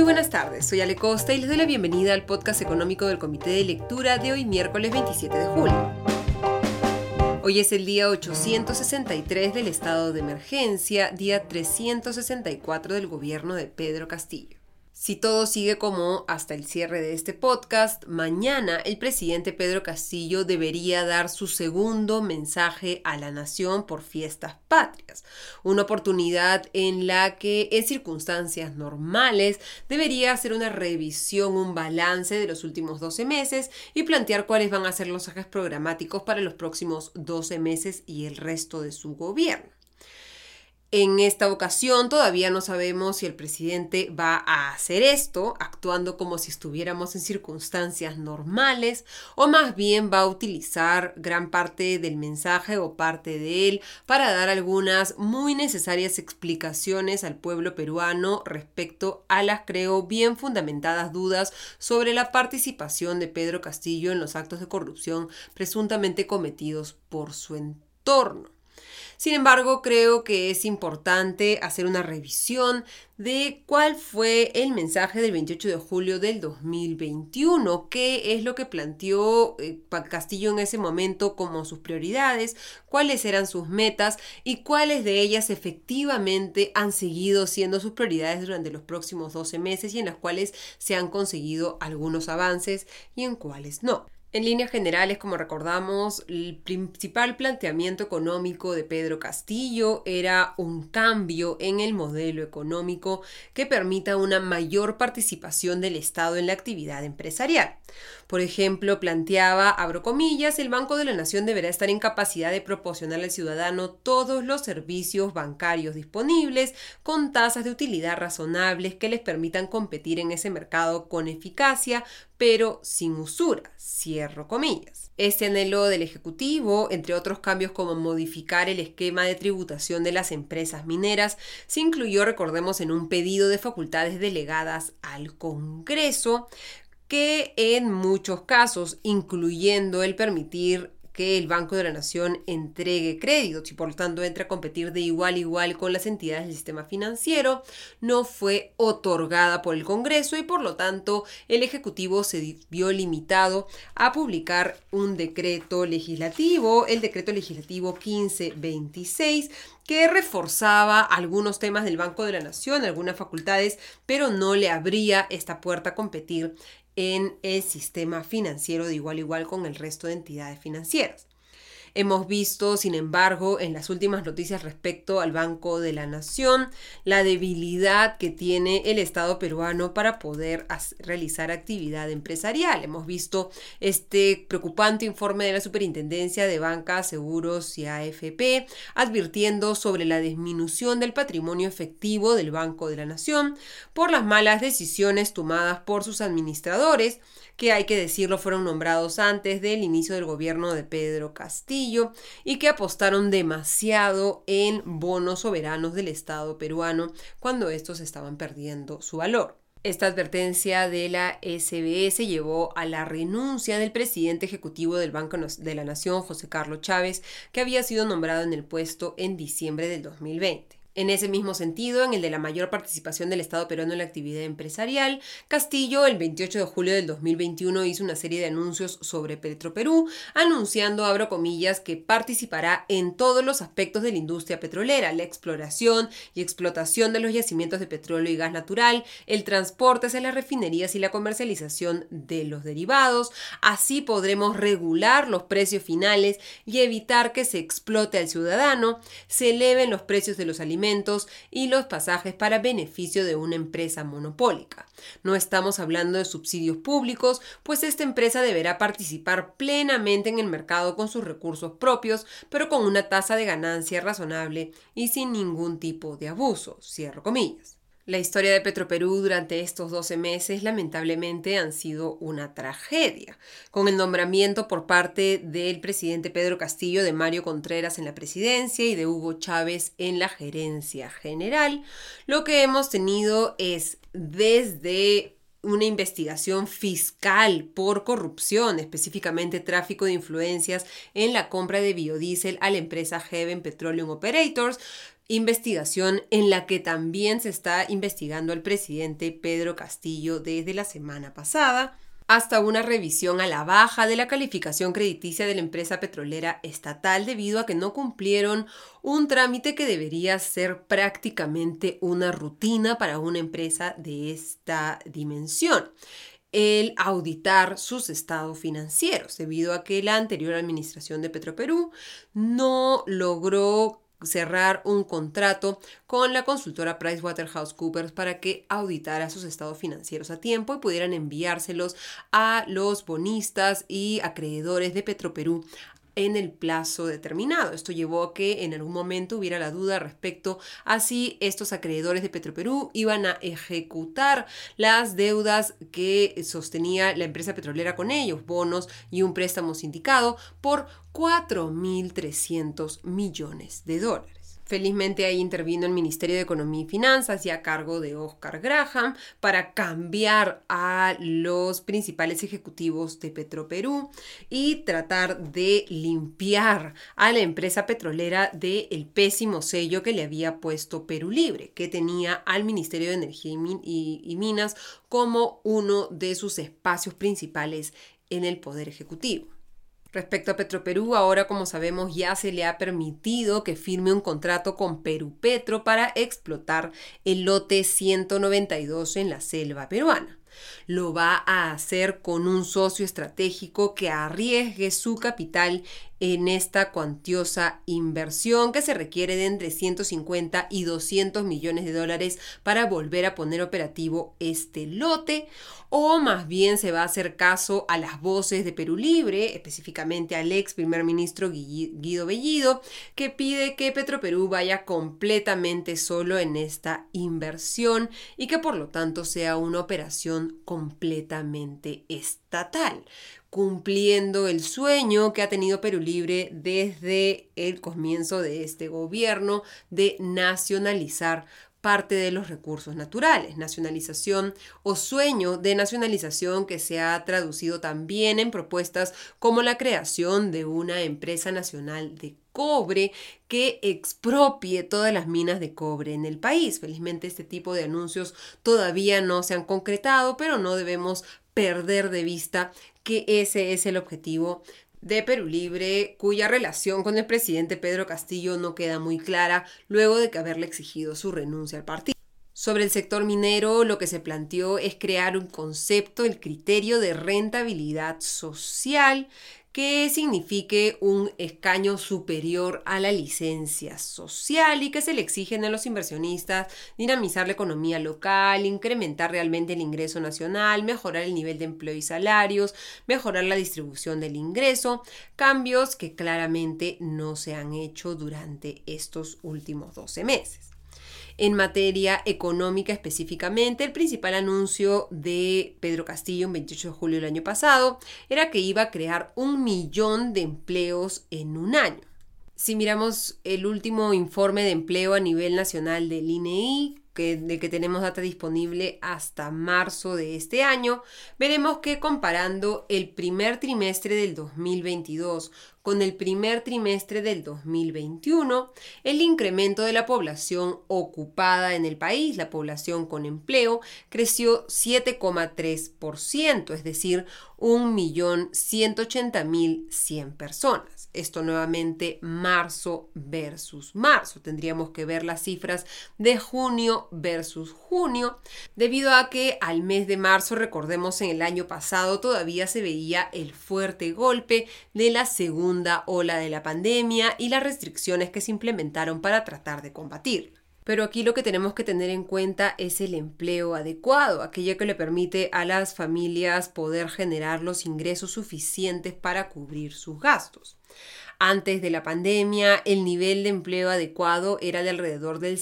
Muy buenas tardes, soy Ale Costa y les doy la bienvenida al podcast económico del Comité de Lectura de hoy miércoles 27 de julio. Hoy es el día 863 del estado de emergencia, día 364 del gobierno de Pedro Castillo. Si todo sigue como hasta el cierre de este podcast, mañana el presidente Pedro Castillo debería dar su segundo mensaje a la nación por fiestas patrias, una oportunidad en la que en circunstancias normales debería hacer una revisión, un balance de los últimos 12 meses y plantear cuáles van a ser los ejes programáticos para los próximos 12 meses y el resto de su gobierno. En esta ocasión todavía no sabemos si el presidente va a hacer esto, actuando como si estuviéramos en circunstancias normales, o más bien va a utilizar gran parte del mensaje o parte de él para dar algunas muy necesarias explicaciones al pueblo peruano respecto a las, creo, bien fundamentadas dudas sobre la participación de Pedro Castillo en los actos de corrupción presuntamente cometidos por su entorno. Sin embargo, creo que es importante hacer una revisión de cuál fue el mensaje del 28 de julio del 2021, qué es lo que planteó Castillo en ese momento como sus prioridades, cuáles eran sus metas y cuáles de ellas efectivamente han seguido siendo sus prioridades durante los próximos 12 meses y en las cuales se han conseguido algunos avances y en cuáles no. En líneas generales, como recordamos, el principal planteamiento económico de Pedro Castillo era un cambio en el modelo económico que permita una mayor participación del Estado en la actividad empresarial. Por ejemplo, planteaba, abro comillas, el Banco de la Nación deberá estar en capacidad de proporcionar al ciudadano todos los servicios bancarios disponibles con tasas de utilidad razonables que les permitan competir en ese mercado con eficacia, pero sin usura, cierro comillas. Este anhelo del Ejecutivo, entre otros cambios como modificar el esquema de tributación de las empresas mineras, se incluyó, recordemos, en un pedido de facultades delegadas al Congreso, que en muchos casos, incluyendo el permitir que el Banco de la Nación entregue créditos y por lo tanto entre a competir de igual a igual con las entidades del sistema financiero, no fue otorgada por el Congreso y por lo tanto el Ejecutivo se vio limitado a publicar un decreto legislativo, el decreto legislativo 1526, que reforzaba algunos temas del Banco de la Nación, algunas facultades, pero no le abría esta puerta a competir en el sistema financiero de igual a igual con el resto de entidades financieras. Hemos visto, sin embargo, en las últimas noticias respecto al Banco de la Nación, la debilidad que tiene el Estado peruano para poder realizar actividad empresarial. Hemos visto este preocupante informe de la Superintendencia de Banca, Seguros y AFP, advirtiendo sobre la disminución del patrimonio efectivo del Banco de la Nación por las malas decisiones tomadas por sus administradores, que hay que decirlo fueron nombrados antes del inicio del gobierno de Pedro Castillo y que apostaron demasiado en bonos soberanos del Estado peruano cuando estos estaban perdiendo su valor. Esta advertencia de la SBS llevó a la renuncia del presidente ejecutivo del Banco de la Nación, José Carlos Chávez, que había sido nombrado en el puesto en diciembre del 2020. En ese mismo sentido, en el de la mayor participación del Estado peruano en la actividad empresarial, Castillo, el 28 de julio del 2021, hizo una serie de anuncios sobre Petroperú, anunciando, abro comillas, que participará en todos los aspectos de la industria petrolera, la exploración y explotación de los yacimientos de petróleo y gas natural, el transporte hacia las refinerías y la comercialización de los derivados. Así podremos regular los precios finales y evitar que se explote al ciudadano, se eleven los precios de los alimentos y los pasajes para beneficio de una empresa monopólica. No estamos hablando de subsidios públicos, pues esta empresa deberá participar plenamente en el mercado con sus recursos propios, pero con una tasa de ganancia razonable y sin ningún tipo de abuso, cierro comillas. La historia de Petroperú durante estos 12 meses lamentablemente han sido una tragedia, con el nombramiento por parte del presidente Pedro Castillo de Mario Contreras en la presidencia y de Hugo Chávez en la gerencia general. Lo que hemos tenido es desde una investigación fiscal por corrupción, específicamente tráfico de influencias en la compra de biodiesel a la empresa Heaven Petroleum Operators, investigación en la que también se está investigando al presidente Pedro Castillo desde la semana pasada, hasta una revisión a la baja de la calificación crediticia de la empresa petrolera estatal debido a que no cumplieron un trámite que debería ser prácticamente una rutina para una empresa de esta dimensión: el auditar sus estados financieros, debido a que la anterior administración de Petroperú no logró cerrar un contrato con la consultora PricewaterhouseCoopers para que auditara sus estados financieros a tiempo y pudieran enviárselos a los bonistas y acreedores de Petroperú en el plazo determinado. Esto llevó a que en algún momento hubiera la duda respecto a si estos acreedores de Petroperú iban a ejecutar las deudas que sostenía la empresa petrolera con ellos, bonos y un préstamo sindicado por $4.300 millones. Felizmente ahí intervino el Ministerio de Economía y Finanzas, ya a cargo de Oscar Graham, para cambiar a los principales ejecutivos de Petroperú y tratar de limpiar a la empresa petrolera del pésimo sello que le había puesto Perú Libre, que tenía al Ministerio de Energía y Minas como uno de sus espacios principales en el Poder Ejecutivo. Respecto a Petroperú, ahora, como sabemos, ya se le ha permitido que firme un contrato con Perupetro para explotar el lote 192 en la selva peruana. Lo va a hacer con un socio estratégico que arriesgue su capital en esta cuantiosa inversión que se requiere de entre 150 y 200 millones de dólares para volver a poner operativo este lote, o más bien se va a hacer caso a las voces de Perú Libre, específicamente al ex primer ministro Guido Bellido, que pide que Petroperú vaya completamente solo en esta inversión y que por lo tanto sea una operación completamente estatal, cumpliendo el sueño que ha tenido Perú Libre desde el comienzo de este gobierno de nacionalizar parte de los recursos naturales. Nacionalización o sueño de nacionalización que se ha traducido también en propuestas como la creación de una empresa nacional de cobre que expropie todas las minas de cobre en el país. Felizmente este tipo de anuncios todavía no se han concretado, pero no debemos perder de vista que ese es el objetivo de Perú Libre, cuya relación con el presidente Pedro Castillo no queda muy clara luego de que haberle exigido su renuncia al partido. Sobre el sector minero, lo que se planteó es crear un concepto, el criterio de rentabilidad social, que signifique un escaño superior a la licencia social y que se le exigen a los inversionistas dinamizar la economía local, incrementar realmente el ingreso nacional, mejorar el nivel de empleo y salarios, mejorar la distribución del ingreso, cambios que claramente no se han hecho durante estos últimos 12 meses. En materia económica específicamente, el principal anuncio de Pedro Castillo en 28 de julio del año pasado era que iba a crear 1 millón de empleos en un año. Si miramos el último informe de empleo a nivel nacional del INEI, del que tenemos data disponible hasta marzo de este año, veremos que comparando el primer trimestre del 2022 con el primer trimestre del 2021, el incremento de la población ocupada en el país, la población con empleo, creció 7,3%, es decir, 1.180.100 personas. Esto nuevamente marzo versus marzo. Tendríamos que ver las cifras de junio versus junio, debido a que al mes de marzo, recordemos, en el año pasado todavía se veía el fuerte golpe de la segunda ola de la pandemia y las restricciones que se implementaron para tratar de combatirla. Pero aquí lo que tenemos que tener en cuenta es el empleo adecuado, aquello que le permite a las familias poder generar los ingresos suficientes para cubrir sus gastos. Antes de la pandemia, el nivel de empleo adecuado era de alrededor del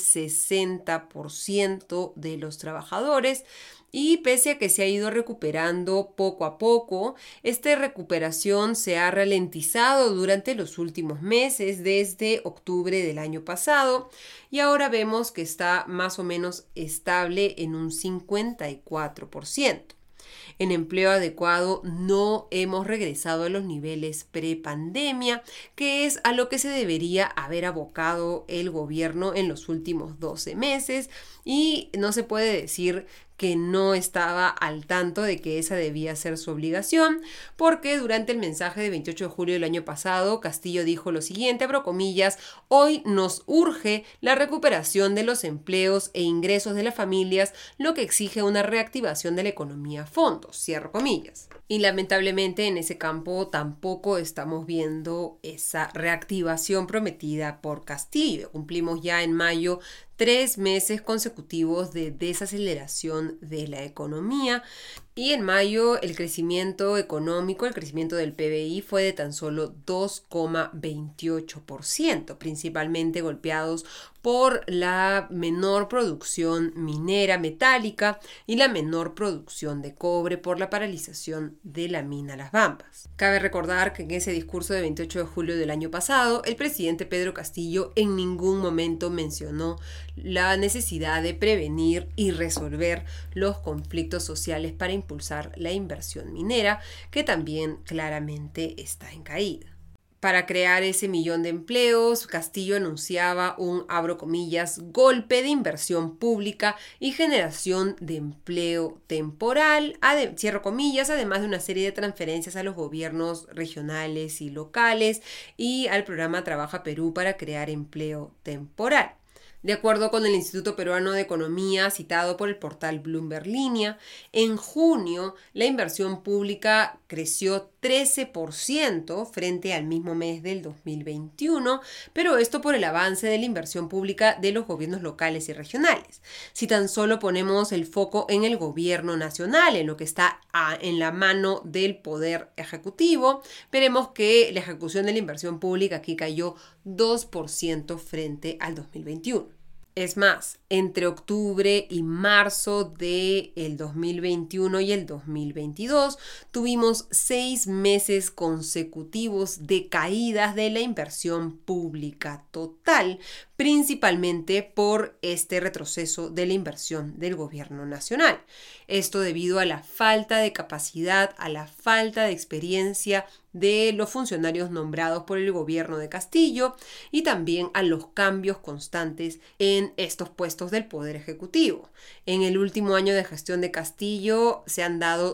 60% de los trabajadores, y pese a que se ha ido recuperando poco a poco, esta recuperación se ha ralentizado durante los últimos meses, desde octubre del año pasado, y ahora vemos que está más o menos estable en un 54%. en empleo adecuado no hemos regresado a los niveles prepandemia, que es a lo que se debería haber abocado el gobierno en los últimos 12 meses, y no se puede decir que no estaba al tanto de que esa debía ser su obligación, porque durante el mensaje de 28 de julio del año pasado, Castillo dijo lo siguiente, abro comillas: hoy nos urge la recuperación de los empleos e ingresos de las familias, lo que exige una reactivación de la economía a fondo, cierro comillas. Y lamentablemente en ese campo tampoco estamos viendo esa reactivación prometida por Castillo. Cumplimos ya en mayo 3 meses consecutivos de desaceleración de la economía, y en mayo el crecimiento económico, el crecimiento del PBI fue de tan solo 2,28%, principalmente golpeados por la menor producción minera metálica y la menor producción de cobre por la paralización de la mina Las Bambas. Cabe recordar que en ese discurso de 28 de julio del año pasado, el presidente Pedro Castillo en ningún momento mencionó la necesidad de prevenir y resolver los conflictos sociales para impulsar la inversión minera, que también claramente está en caída. Para crear ese 1.000.000 de empleos, Castillo anunciaba un, abro comillas, golpe de inversión pública y generación de empleo temporal, cierro comillas, además de una serie de transferencias a los gobiernos regionales y locales y al programa Trabaja Perú para crear empleo temporal. De acuerdo con el Instituto Peruano de Economía, citado por el portal Bloomberg Línea, en junio la inversión pública creció 13% frente al mismo mes del 2021, pero esto por el avance de la inversión pública de los gobiernos locales y regionales. Si tan solo ponemos el foco en el gobierno nacional, en lo que está en la mano del Poder Ejecutivo, veremos que la ejecución de la inversión pública aquí cayó 2% frente al 2021. Es más, entre octubre y marzo del 2021 y el 2022 tuvimos 6 meses consecutivos de caídas de la inversión pública total, principalmente por este retroceso de la inversión del gobierno nacional. Esto debido a la falta de capacidad, a la falta de experiencia de los funcionarios nombrados por el gobierno de Castillo y también a los cambios constantes en estos puestos del Poder Ejecutivo. En el último año de gestión de Castillo se han dado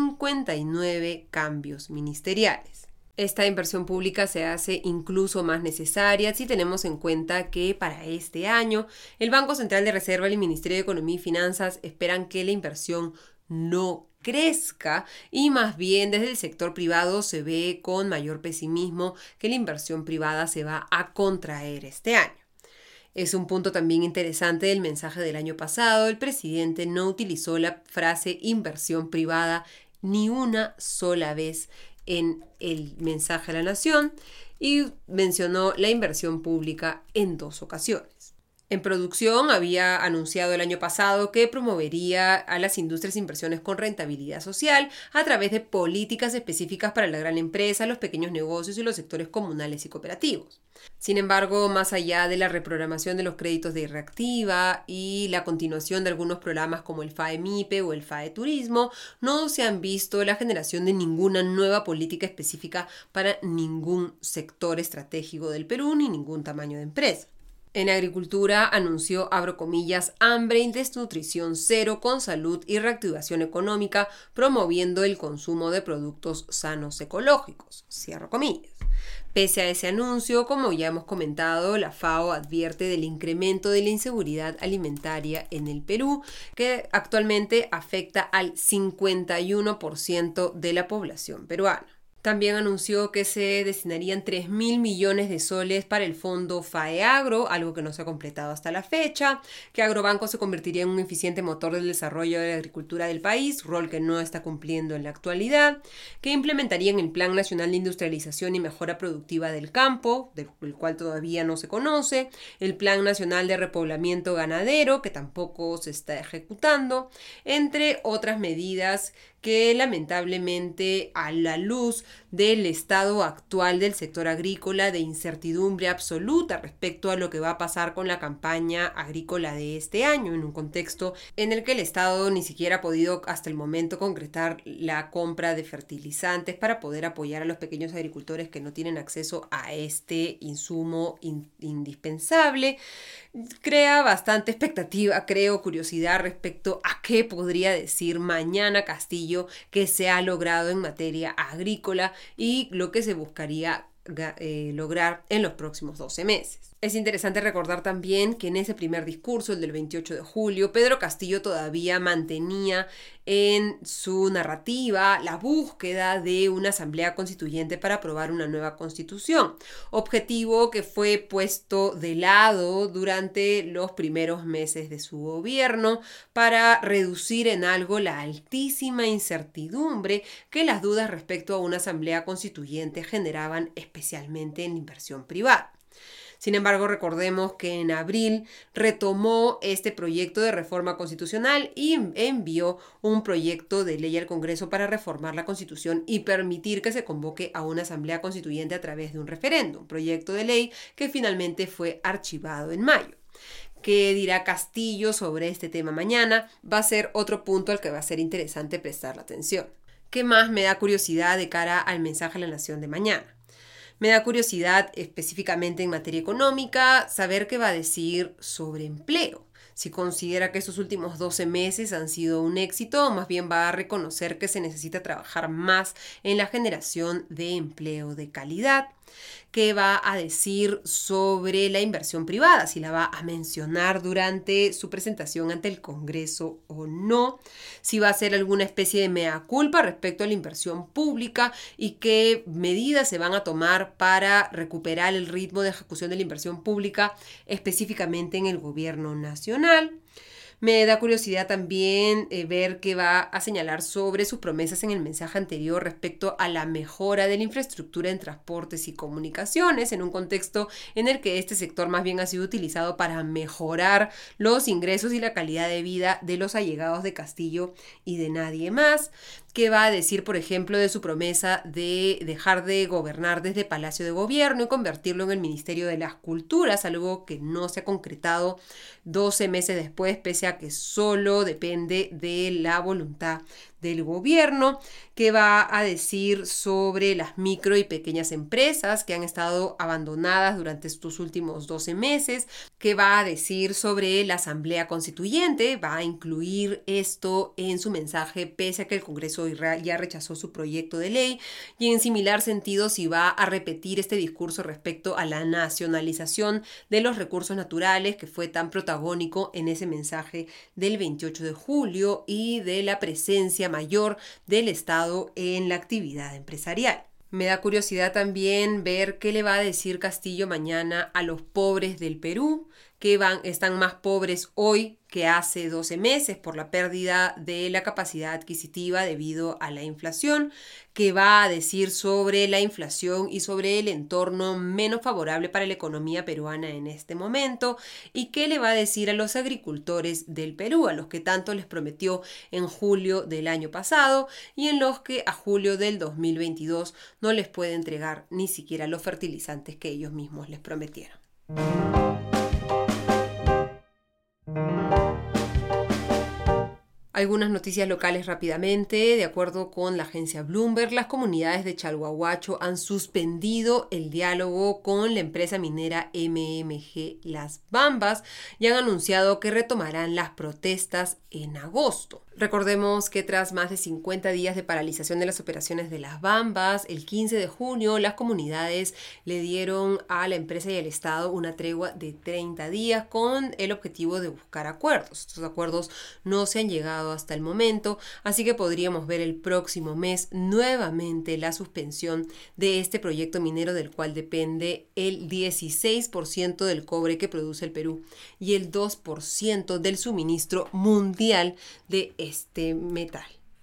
59 cambios ministeriales. Esta inversión pública se hace incluso más necesaria si tenemos en cuenta que para este año el Banco Central de Reserva y el Ministerio de Economía y Finanzas esperan que la inversión no crezca y más bien desde el sector privado se ve con mayor pesimismo que la inversión privada se va a contraer este año. Es un punto también interesante del mensaje del año pasado. El presidente no utilizó la frase inversión privada ni una sola vez en el mensaje a la nación y mencionó la inversión pública en 2 ocasiones. En producción, había anunciado el año pasado que promovería a las industrias e inversiones con rentabilidad social a través de políticas específicas para la gran empresa, los pequeños negocios y los sectores comunales y cooperativos. Sin embargo, más allá de la reprogramación de los créditos de reactiva y la continuación de algunos programas como el FAE-MIPE o el FAE Turismo, no se han visto la generación de ninguna nueva política específica para ningún sector estratégico del Perú ni ningún tamaño de empresa. En agricultura anunció, abro comillas, hambre y desnutrición cero con salud y reactivación económica, promoviendo el consumo de productos sanos ecológicos, cierro comillas. Pese a ese anuncio, como ya hemos comentado, la FAO advierte del incremento de la inseguridad alimentaria en el Perú, que actualmente afecta al 51% de la población peruana. También anunció que se destinarían 3.000 millones de soles para el fondo FAE-Agro, algo que no se ha completado hasta la fecha, que Agrobanco se convertiría en un eficiente motor del desarrollo de la agricultura del país, rol que no está cumpliendo en la actualidad, que implementarían el Plan Nacional de Industrialización y Mejora Productiva del Campo, del cual todavía no se conoce, el Plan Nacional de Repoblamiento Ganadero, que tampoco se está ejecutando, entre otras medidas que lamentablemente a la luz del estado actual del sector agrícola, de incertidumbre absoluta respecto a lo que va a pasar con la campaña agrícola de este año, en un contexto en el que el Estado ni siquiera ha podido hasta el momento concretar la compra de fertilizantes para poder apoyar a los pequeños agricultores que no tienen acceso a este insumo indispensable. Crea bastante expectativa, creo, curiosidad respecto a qué podría decir mañana Castillo que se ha logrado en materia agrícola y lo que se buscaría lograr en los próximos 12 meses. Es interesante recordar también que en ese primer discurso, el del 28 de julio, Pedro Castillo todavía mantenía en su narrativa la búsqueda de una asamblea constituyente para aprobar una nueva constitución, objetivo que fue puesto de lado durante los primeros meses de su gobierno para reducir en algo la altísima incertidumbre que las dudas respecto a una asamblea constituyente generaban, especialmente en la inversión privada. Sin embargo, recordemos que en abril retomó este proyecto de reforma constitucional y envió un proyecto de ley al Congreso para reformar la Constitución y permitir que se convoque a una asamblea constituyente a través de un referéndum, proyecto de ley que finalmente fue archivado en mayo. ¿Qué dirá Castillo sobre este tema mañana? Va a ser otro punto al que va a ser interesante prestar la atención. ¿Qué más me da curiosidad de cara al mensaje a la nación de mañana? Me da curiosidad específicamente en materia económica saber qué va a decir sobre empleo. Si considera que estos últimos 12 meses han sido un éxito o más bien va a reconocer que se necesita trabajar más en la generación de empleo de calidad. ¿Qué va a decir sobre la inversión privada? Si la va a mencionar durante su presentación ante el Congreso o no. Si va a hacer alguna especie de mea culpa respecto a la inversión pública y qué medidas se van a tomar para recuperar el ritmo de ejecución de la inversión pública, específicamente en el gobierno nacional. Me da curiosidad también ver qué va a señalar sobre sus promesas en el mensaje anterior respecto a la mejora de la infraestructura en transportes y comunicaciones, en un contexto en el que este sector más bien ha sido utilizado para mejorar los ingresos y la calidad de vida de los allegados de Castillo y de nadie más. ¿Qué va a decir, por ejemplo, de su promesa de dejar de gobernar desde Palacio de Gobierno y convertirlo en el Ministerio de las Culturas, algo que no se ha concretado 12 meses después, pese a que solo depende de la voluntad del gobierno? ¿Qué va a decir sobre las micro y pequeñas empresas que han estado abandonadas durante estos últimos 12 meses? ¿Qué va a decir sobre la Asamblea Constituyente? ¿Va a incluir esto en su mensaje pese a que el Congreso ya rechazó su proyecto de ley? Y en similar sentido, si va a repetir este discurso respecto a la nacionalización de los recursos naturales que fue tan protagónico en ese mensaje del 28 de julio y de la presencia mayor del Estado en la actividad empresarial. Me da curiosidad también ver qué le va a decir Castillo mañana a los pobres del Perú, que están más pobres hoy que hace 12 meses por la pérdida de la capacidad adquisitiva debido a la inflación, que va a decir sobre la inflación y sobre el entorno menos favorable para la economía peruana en este momento, y qué le va a decir a los agricultores del Perú, a los que tanto les prometió en julio del año pasado y en los que a julio del 2022 no les puede entregar ni siquiera los fertilizantes que ellos mismos les prometieron. Algunas noticias locales rápidamente. De acuerdo con la agencia Bloomberg, las comunidades de Chalhuahuacho han suspendido el diálogo con la empresa minera MMG Las Bambas y han anunciado que retomarán las protestas en agosto. Recordemos que tras más de 50 días de paralización de las operaciones de Las Bambas, el 15 de junio las comunidades le dieron a la empresa y al Estado una tregua de 30 días con el objetivo de buscar acuerdos. Estos acuerdos no se han llegado hasta el momento, así que podríamos ver el próximo mes nuevamente la suspensión de este proyecto minero del cual depende el 16% del cobre que produce el Perú y el 2% del suministro mundial de este metal.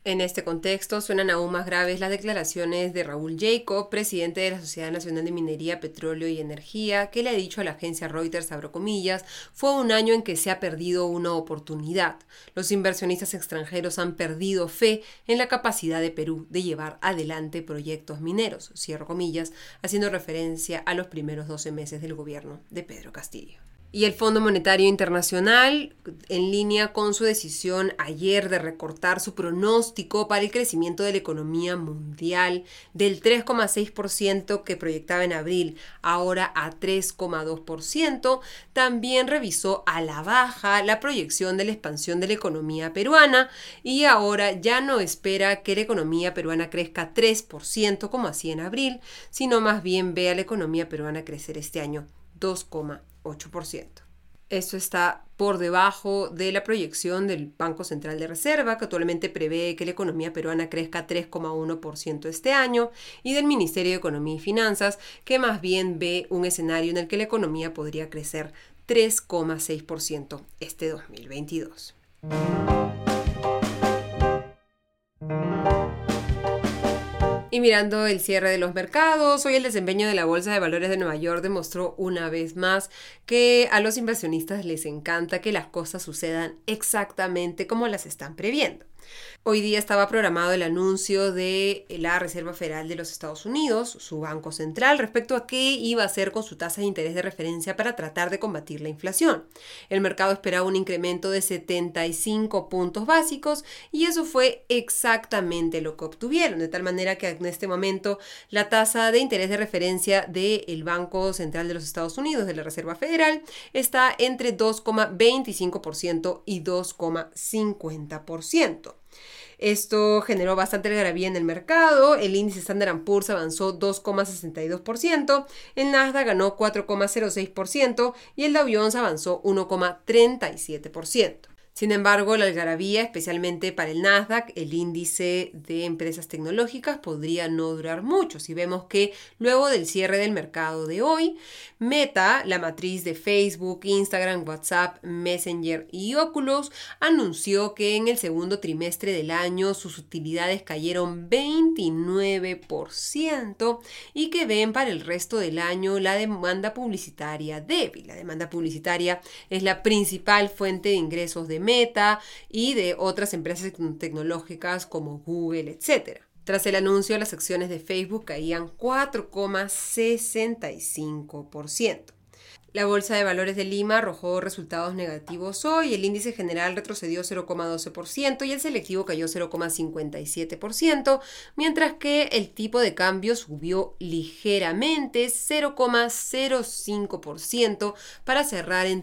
En este contexto, suenan aún más graves las declaraciones de Raúl Jacob, presidente de la Sociedad Nacional de Minería, Petróleo y Energía, que le ha dicho a la agencia Reuters, abro comillas, fue un año en que se ha perdido una oportunidad. Los inversionistas extranjeros han perdido fe en la capacidad de Perú de llevar adelante proyectos mineros, cierro comillas, haciendo referencia a los primeros 12 meses del gobierno de Pedro Castillo. Y el Fondo Monetario Internacional, en línea con su decisión ayer de recortar su pronóstico para el crecimiento de la economía mundial del 3,6% que proyectaba en abril, ahora a 3,2%, también revisó a la baja la proyección de la expansión de la economía peruana y ahora ya no espera que la economía peruana crezca 3% como hacía en abril, sino más bien ve a la economía peruana crecer este año 2,8%. Esto está por debajo de la proyección del Banco Central de Reserva, que actualmente prevé que la economía peruana crezca 3,1% este año, y del Ministerio de Economía y Finanzas, que más bien ve un escenario en el que la economía podría crecer 3,6% este 2022. Y mirando el cierre de los mercados, hoy el desempeño de la Bolsa de Valores de Nueva York demostró una vez más que a los inversionistas les encanta que las cosas sucedan exactamente como las están previendo. Hoy día estaba programado el anuncio de la Reserva Federal de los Estados Unidos, su banco central, respecto a qué iba a hacer con su tasa de interés de referencia para tratar de combatir la inflación. El mercado esperaba un incremento de 75 puntos básicos y eso fue exactamente lo que obtuvieron, de tal manera que en este momento la tasa de interés de referencia del Banco Central de los Estados Unidos, de la Reserva Federal, está entre 2,25% y 2,50%. Esto generó bastante algarabía en el mercado. El índice Standard & Poor's avanzó 2,62%, el Nasdaq ganó 4,06% y el Dow Jones avanzó 1,37%. Sin embargo, la algarabía, especialmente para el Nasdaq, el índice de empresas tecnológicas, podría no durar mucho. Si vemos que luego del cierre del mercado de hoy, Meta, la matriz de Facebook, Instagram, WhatsApp, Messenger y Oculus, anunció que en el segundo trimestre del año sus utilidades cayeron 29% y que ven para el resto del año la demanda publicitaria débil. La demanda publicitaria es la principal fuente de ingresos de Meta y de otras empresas tecnológicas como Google, etc. Tras el anuncio, las acciones de Facebook caían 4,65%. La Bolsa de Valores de Lima arrojó resultados negativos hoy. El índice general retrocedió 0,12% y el selectivo cayó 0,57%, mientras que el tipo de cambio subió ligeramente 0,05% para cerrar en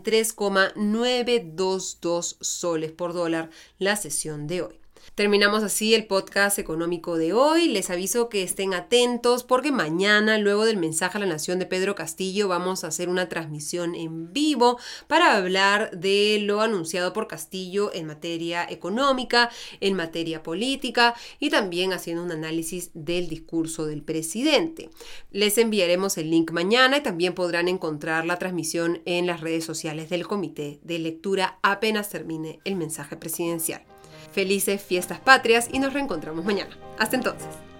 3,922 soles por dólar la sesión de hoy. Terminamos así el podcast económico de hoy. Les aviso que estén atentos porque mañana, luego del mensaje a la nación de Pedro Castillo, vamos a hacer una transmisión en vivo para hablar de lo anunciado por Castillo en materia económica, en materia política y también haciendo un análisis del discurso del presidente. Les enviaremos el link mañana y también podrán encontrar la transmisión en las redes sociales del Comité de Lectura apenas termine el mensaje presidencial. Felices fiestas patrias y nos reencontramos mañana. Hasta entonces.